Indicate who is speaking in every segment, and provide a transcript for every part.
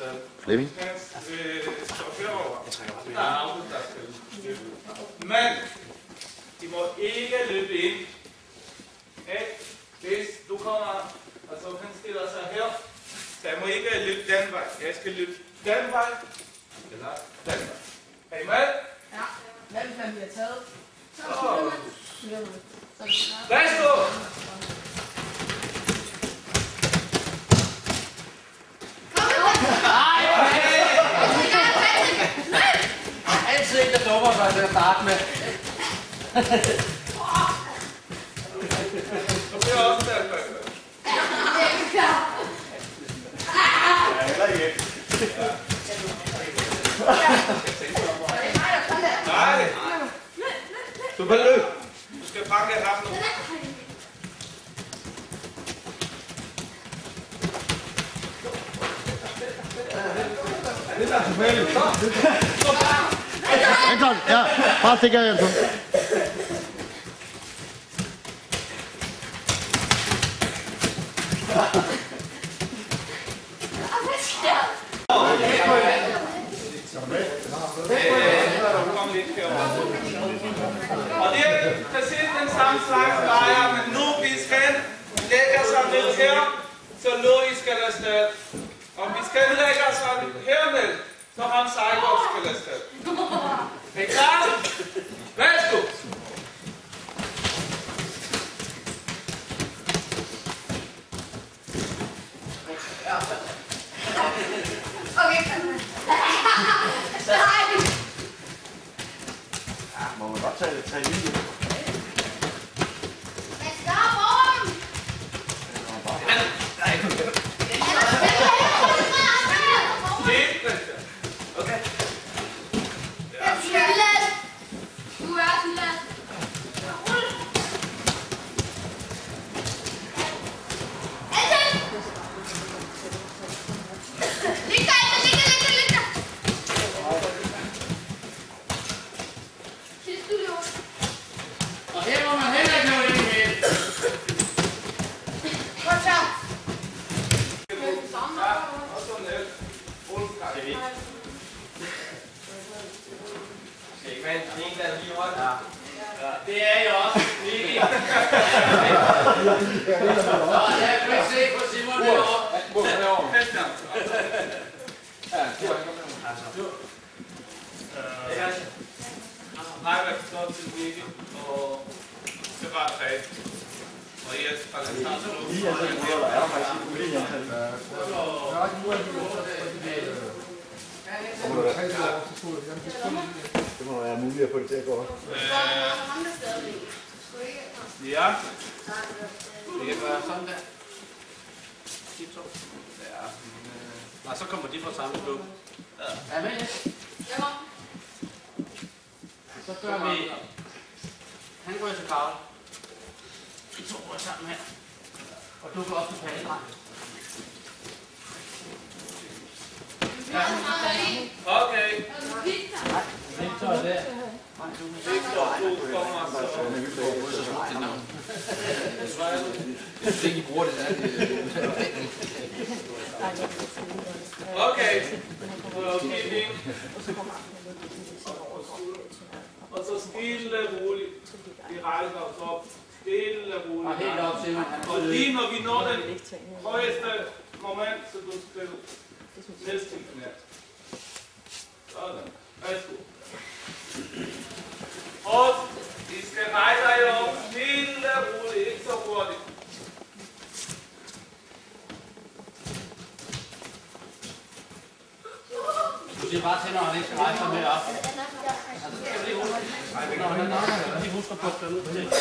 Speaker 1: Flemming.
Speaker 2: Men de må ikke løbe ind. Hvis du kommer, altså han stiller sig her, så jeg må ikke løbe den vej. Jeg skal løbe den vej, eller den vej. Er I med?
Speaker 3: Ja. Hvad hvis man bliver taget?
Speaker 2: Værsgo!
Speaker 4: Altid ikke, der dummer sig til at starte med.
Speaker 2: Så bliver jeg også der, Nej!
Speaker 1: Du kan løbe.
Speaker 2: Du skal fange ham nu.
Speaker 1: Anton, ja, bare stik af, Anton.
Speaker 2: Og det er præcis den samme slags lejr, men nu hvis han lægger sig ned her, så Louis skal afsted. Og hvis han lægger sig herned, så han Cyborg skal afsted. Er I klar? Værsgo!
Speaker 1: Må man godt tage lige.
Speaker 4: Det er jeg også. Ikke? Jeg kan ikke se på Simon derovre.
Speaker 2: Majbert står til Nicky, og det var tre. Og jeg skal tage
Speaker 1: Det må være muligt at få det til at gå op.
Speaker 2: Ja.
Speaker 4: Det kan være sådan der. De to. Ja. Og så kommer de fra samme klub. Ja, men ja. Så gør vi... Han går til Karl. Vi to går sammen her. Og du går op til Palle.
Speaker 2: Okay.
Speaker 4: Victor er der.
Speaker 2: Victor, du kommer så.
Speaker 4: Jeg synes ikke, I bruger det der.
Speaker 2: Okay. Og så stille roligt. Vi rejser os op. Stille roligt.
Speaker 4: Og helt op til mig.
Speaker 2: Og lige når vi når den højeste moment, så du skal næste knæ. Sådan. Værsgo. Og I skal rejse jer op. Stille roligt. Ikke så hurtigt.
Speaker 4: Du siger bare til, når han ikke skal rejse sig mere op. Når han er nok, de husker på at gå ud til.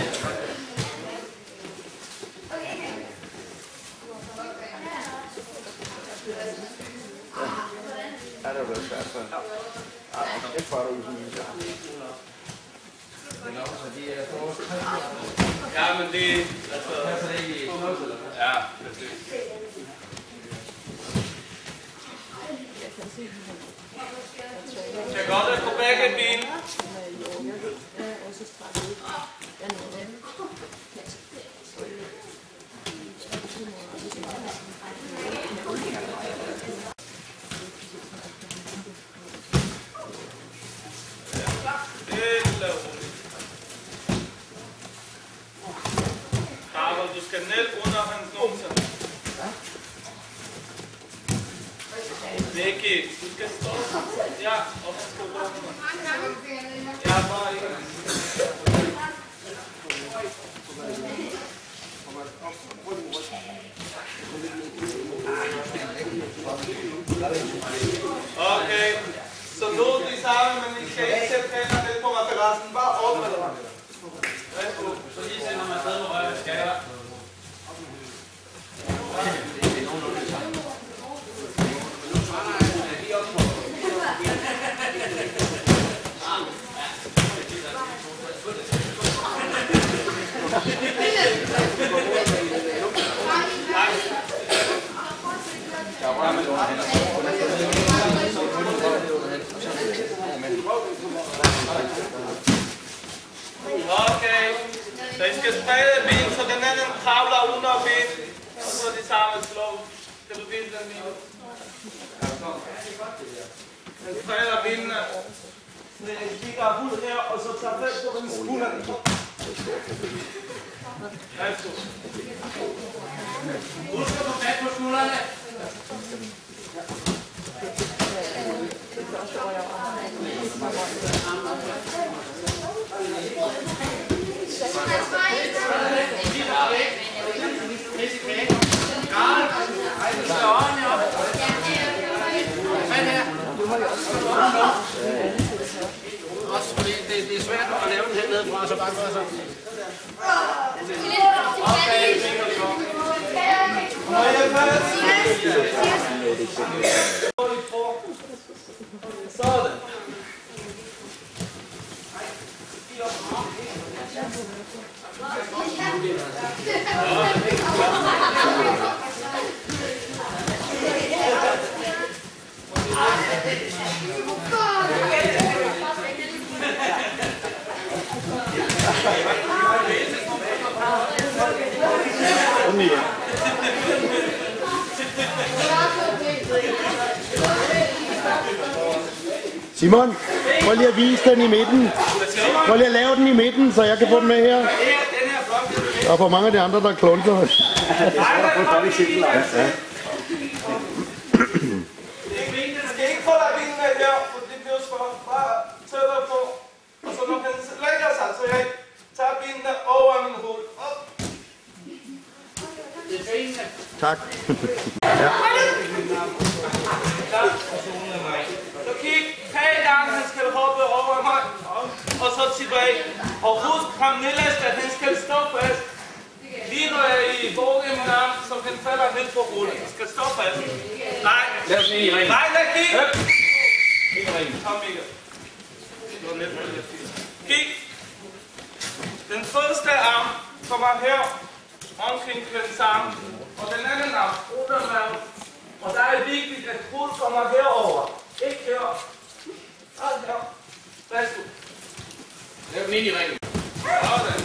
Speaker 1: Ja, det er blevet svært for. Ja, det får du jo sådan en.
Speaker 2: Ja, men det... Ja, præcis. Kan godt at gå begge ben. Vicky, du skal stå. Ja, og så skal du gå. Ja, bare ikke. Okay, så nu de samme, men I skal ikke sætte hænderne lidt på madrassen. Bare op med det. Værsgo.
Speaker 4: Så lige sender man afsted, hvor jeg skal jeg.
Speaker 2: Okay, så I skal sprede bilen, så den anden kravler under bilen, og så de samme slår. Kan du vise den lige? Den spreder bilene. Så I kigger hul her, og så tager fat på den skulder. Værsgo.
Speaker 4: Husk at få fat på skuldrene.
Speaker 5: Også fordi det er svært at lave den hernede fra, så bare gøre sådan.
Speaker 2: Sådan.
Speaker 1: Simon, prøv lige at vise den i midten. Prøv lige at lave den i midten, så jeg kan få den med her. Og for mange af de andre, der klunser.
Speaker 2: Det skal ikke få dig bilen med her, for det bliver så bare tættere på. Og så når den lægger sig, så jeg tager bilene over min hoved. Op.
Speaker 1: Tak. Ja.
Speaker 2: Så kig 3 gange, han skal hoppe over mig, og så tilbage. Og husk ham nederst, at han skal stå fast. Lige når jeg er i bogen med ham, så han falder ned på rullen. Han skal stå fast. Nej. Nej, lad kig. Kom, Mikkel. Kig. Den første arm kommer her omkring den samme. Og den anden arm, undermaven. Og der er vigtigt, at hovedet kommer herover. Ikke her. Alt her. Værsgo.
Speaker 5: Lav den ind i ringen.
Speaker 2: Sådan.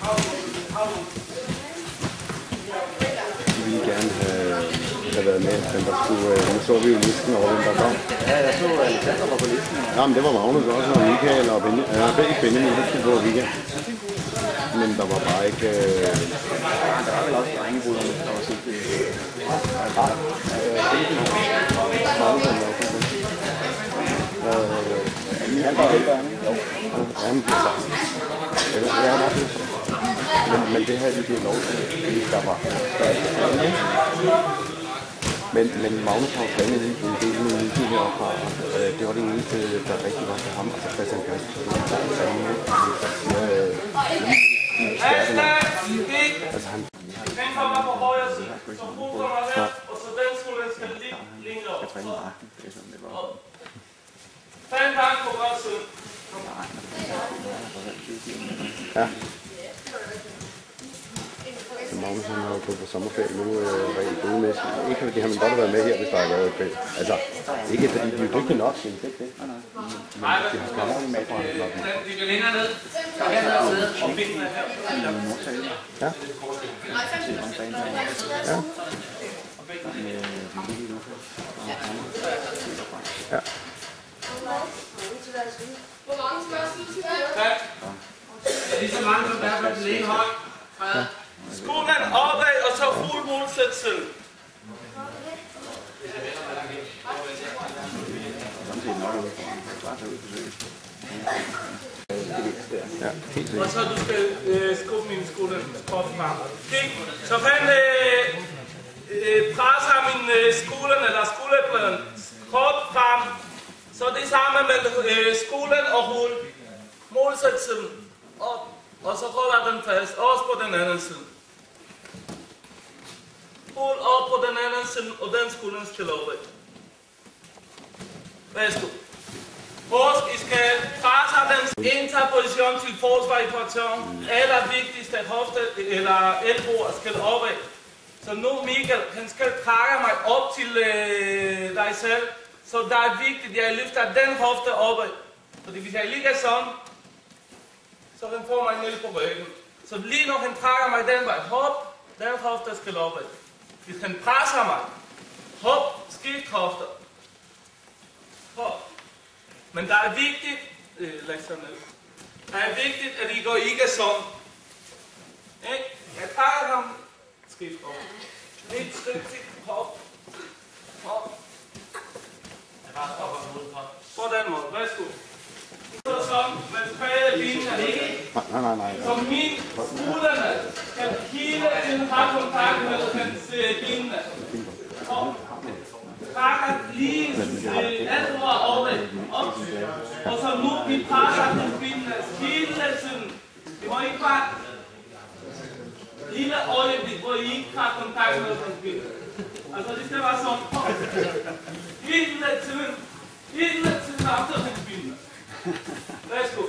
Speaker 1: De ville gerne have været med, men der skulle, nu så vi jo listen over, hvem der kom.
Speaker 6: Ja, jeg så Alexander var på listen.
Speaker 1: Jamen, det var Magnus også, og Michael og begge Benjamin, der skulle på weekend. Men der var bare ikke...
Speaker 6: Der var vel også drengebruderne, der var set det.
Speaker 1: Magnus var også med.
Speaker 6: Han var helt børn, ikke? Jo.
Speaker 1: Ja, han blev sagt. Jeg har nok lidt. Men det havde de givet lov til, fordi der var men Magnus har jo trænet en del med Nielsen heroppe, det var det eneste, der rigtig var for ham, altså Christian Christensen. Altså han...
Speaker 2: Den kommer på højre side, så hun kommer her, og så den skulle skal ligge længere op.
Speaker 6: Det er sådan, det var.
Speaker 2: 5 gange på højre side.
Speaker 1: Ja. Så Magnus han har jo gået på sommerferie nu, rigtig bødemæssigt. Ikke fordi han godt have været med her, hvis der har været kvæld. Altså, ikke fordi de er jo dygtige nok, synes jeg ikke det. Men de har skabt med fra en blok.
Speaker 4: Vi vil længere ned. Så hernede og sidde. Og bindene her.
Speaker 1: Ja. Ja. Ja.
Speaker 3: Hvor mange spørgsmål skal jeg?
Speaker 2: Tak.
Speaker 4: Lige så mange som der er på den ene hånd.
Speaker 2: Ja. Skulderen opad, og så fuld modsæt side.
Speaker 6: bare tage ud på søen.
Speaker 1: Ja, helt
Speaker 2: Og
Speaker 1: sikkert.
Speaker 2: så du skal skubbe min krop frem. Så han presser min skulderen eller skulderpladen krop frem. Så det samme med skulderen og hovedet. Modsat siden op. Og så holder den fast. Også på den anden side. Hold op på den anden side, og den skulderen skal opad. Værsgo. Husk, I skal presse den indtager position til forsvar i portion. Allervigtigste hofte eller elboer skal opad. Så nu Michael, han skal trække mig op til dig selv. Så det er vigtigt, at jeg løfter den hofte opad. Fordi hvis jeg ligger sådan, så han får mig ned på ryggen. Så lige når han trækker mig den vej, hop, den hofte skal opad. Hvis han presser mig, hop, skift hofter. Hop. Men det er vigtigt, at I går ikke sådan. Jeg tager ham, skift op. Lidt skridt til, hop, hop.
Speaker 4: Jeg bare stopper hovedet på.
Speaker 2: På den måde, værsgo. Så sådan, med spæde benene.
Speaker 1: Nej.
Speaker 2: Så min skuldrene skal hele tiden have kontakt med hans benene. Og trækker lige alvor over op. Og så nu vi presser hans benene hele tiden. Det må ikke bare lille øjeblik, hvor I ikke har kontakt med hans benene. Altså det skal være sådan. Hele tiden efter hans benene. Værsgo.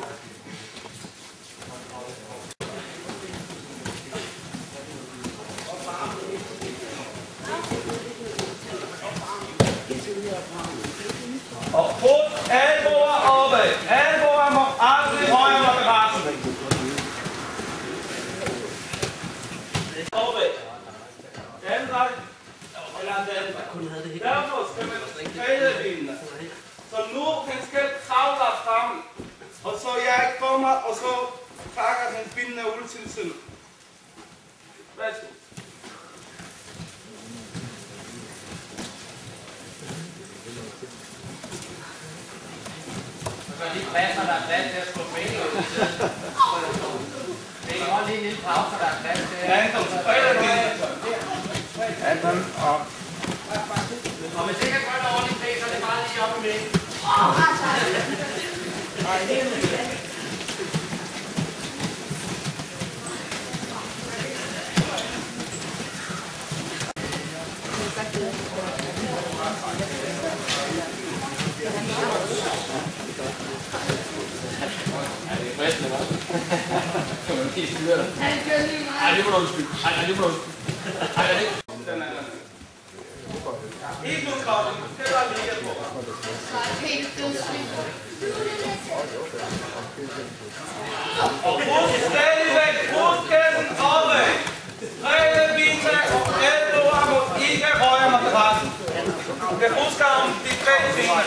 Speaker 2: Og put albuer opad. Albuer må aldrig højere mod madrassen. Opad. Den vej. Eller den vej. Derfor skal man sprede benene. Så nu han skal kravle frem. Og så jeg kommer, og så trækker han benene ud til siden. Værsgo.
Speaker 4: Så lige plads, når der er plads til at skubbe ben ud. Det er godt lige en lille pause, så der er plads til.
Speaker 2: Ja, han kom til fredag benene.
Speaker 4: Og hvis ikke er grønt ordentligt ben, så er det bare lige op i midten.
Speaker 2: Ikke nu kroppen, det var lige på. Og husk stadigvæk, husk den opad. Brede benene og albuer må ikke røre madrassen. Du kan huske om de brede benene.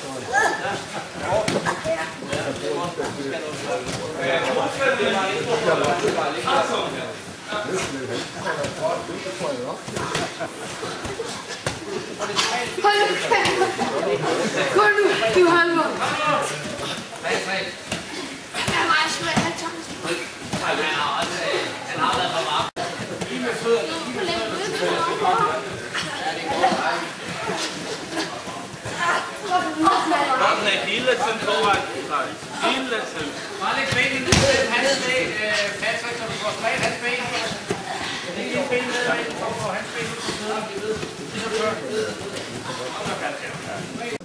Speaker 3: Kun nu, du halvår. Jeg er meget svær, han tager
Speaker 4: Han har været for meget. Lige med fødderne.
Speaker 2: Den er hele tiden på vej. Hele tiden.
Speaker 4: Bare læg ben i hans ben, Patrick, så du får spredt hans ben. Læg dine ben ned, så du får hans ben ud på siden. Ligesom før.